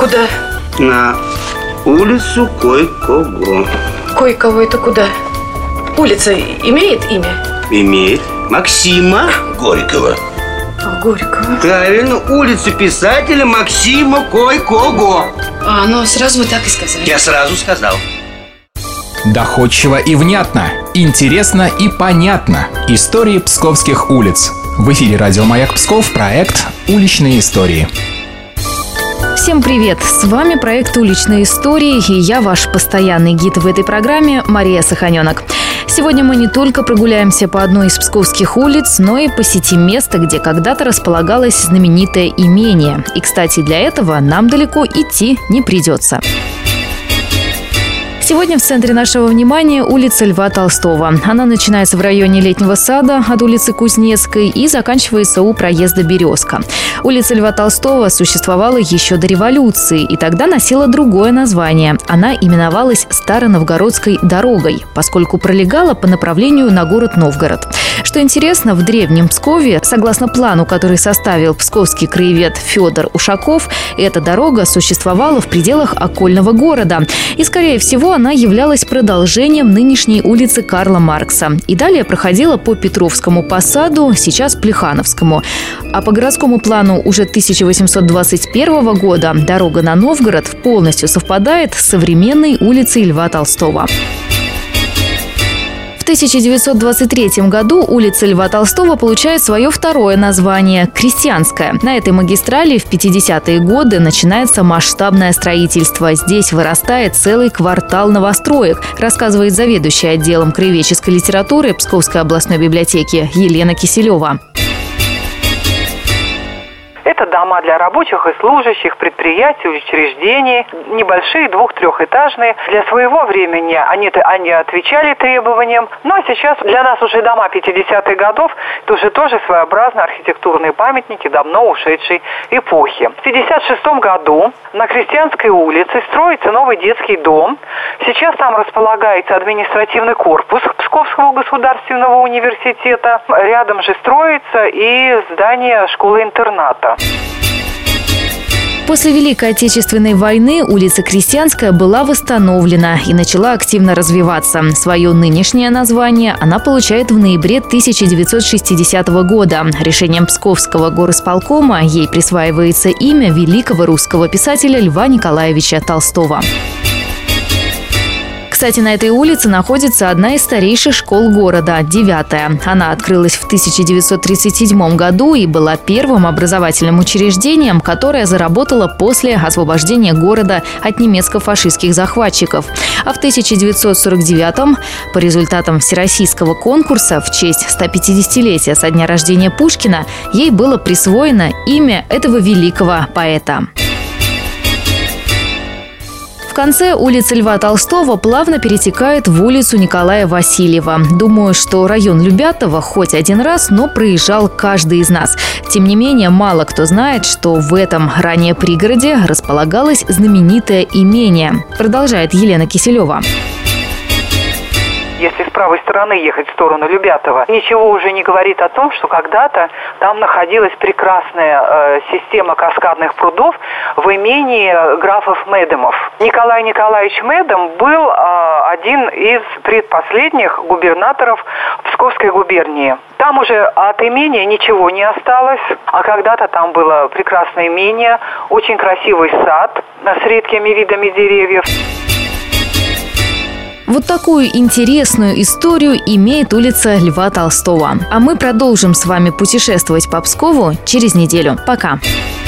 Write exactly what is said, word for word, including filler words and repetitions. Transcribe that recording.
Куда? На улицу Кой-Кого. Кой-Кого это куда? Улица имеет имя? Имеет. Максима Горького. Горького. Правильно, улицу писателя Максима Кой-Кого. А, ну сразу вы так и сказали. Я сразу сказал. Доходчиво и внятно, интересно и понятно. Истории псковских улиц. В эфире радио «Маяк Псков», проект «Уличные истории». Всем привет! С вами проект «Уличные истории» и я ваш постоянный гид в этой программе Мария Саханенок. Сегодня мы не только прогуляемся по одной из псковских улиц, но и посетим место, где когда-то располагалось знаменитое имение. И, кстати, для этого нам далеко идти не придется. Сегодня в центре нашего внимания улица Льва Толстого. Она начинается в районе Летнего сада от улицы Кузнецкой и заканчивается у проезда Березка. Улица Льва Толстого существовала еще до революции и тогда носила другое название. Она именовалась Староновгородской дорогой, поскольку пролегала по направлению на город Новгород. Что интересно, в древнем Пскове, согласно плану, который составил псковский краевед Федор Ушаков, эта дорога существовала в пределах окольного города. И, скорее всего, она являлась продолжением нынешней улицы Карла Маркса. И далее проходила по Петровскому посаду, сейчас Плехановскому. А по городскому плану уже тысяча восемьсот двадцать первого года дорога на Новгород полностью совпадает с современной улицей Льва Толстого. В тысяча девятьсот двадцать третьем году улица Льва Толстого получает свое второе название – Крестьянская. На этой магистрали в пятидесятые годы начинается масштабное строительство. Здесь вырастает целый квартал новостроек, рассказывает заведующая отделом краеведческой литературы Псковской областной библиотеки Елена Киселева. Это дома для рабочих и служащих, предприятий, учреждений, небольшие, двух-трехэтажные. Для своего времени они, они отвечали требованиям. Но сейчас для нас уже дома пятидесятых годов, это уже тоже своеобразные архитектурные памятники давно ушедшей эпохи. В пятьдесят шестом году на Крестьянской улице строится новый детский дом. Сейчас там располагается административный корпус Псковского государственного университета. Рядом же строится и здание школы-интерната. После Великой Отечественной войны улица Крестьянская была восстановлена и начала активно развиваться. Свое нынешнее название она получает в ноябре тысяча девятьсот шестидесятого года. Решением Псковского горосполкома ей присваивается имя великого русского писателя Льва Николаевича Толстого. Кстати, на этой улице находится одна из старейших школ города – девятая. Она открылась в тысяча девятьсот тридцать седьмом году и была первым образовательным учреждением, которое заработало после освобождения города от немецко-фашистских захватчиков. А в тысяча девятьсот сорок девятом, по результатам всероссийского конкурса в честь стопятидесятилетия со дня рождения Пушкина, ей было присвоено имя этого великого поэта. В конце улица Льва Толстого плавно перетекает в улицу Николая Васильева. Думаю, что район Любятово хоть один раз, но проезжал каждый из нас. Тем не менее, мало кто знает, что в этом ранее пригороде располагалось знаменитое имение. Продолжает Елена Киселева. Если с правой стороны ехать в сторону Любятова, ничего уже не говорит о том, что когда-то там находилась прекрасная э, система каскадных прудов в имении графов Медемов. Николай Николаевич Медем был э, один из предпоследних губернаторов Псковской губернии. Там уже от имения ничего не осталось, а когда-то там было прекрасное имение, очень красивый сад с редкими видами деревьев. Вот такую интересную историю имеет улица Льва Толстого. А мы продолжим с вами путешествовать по Пскову через неделю. Пока!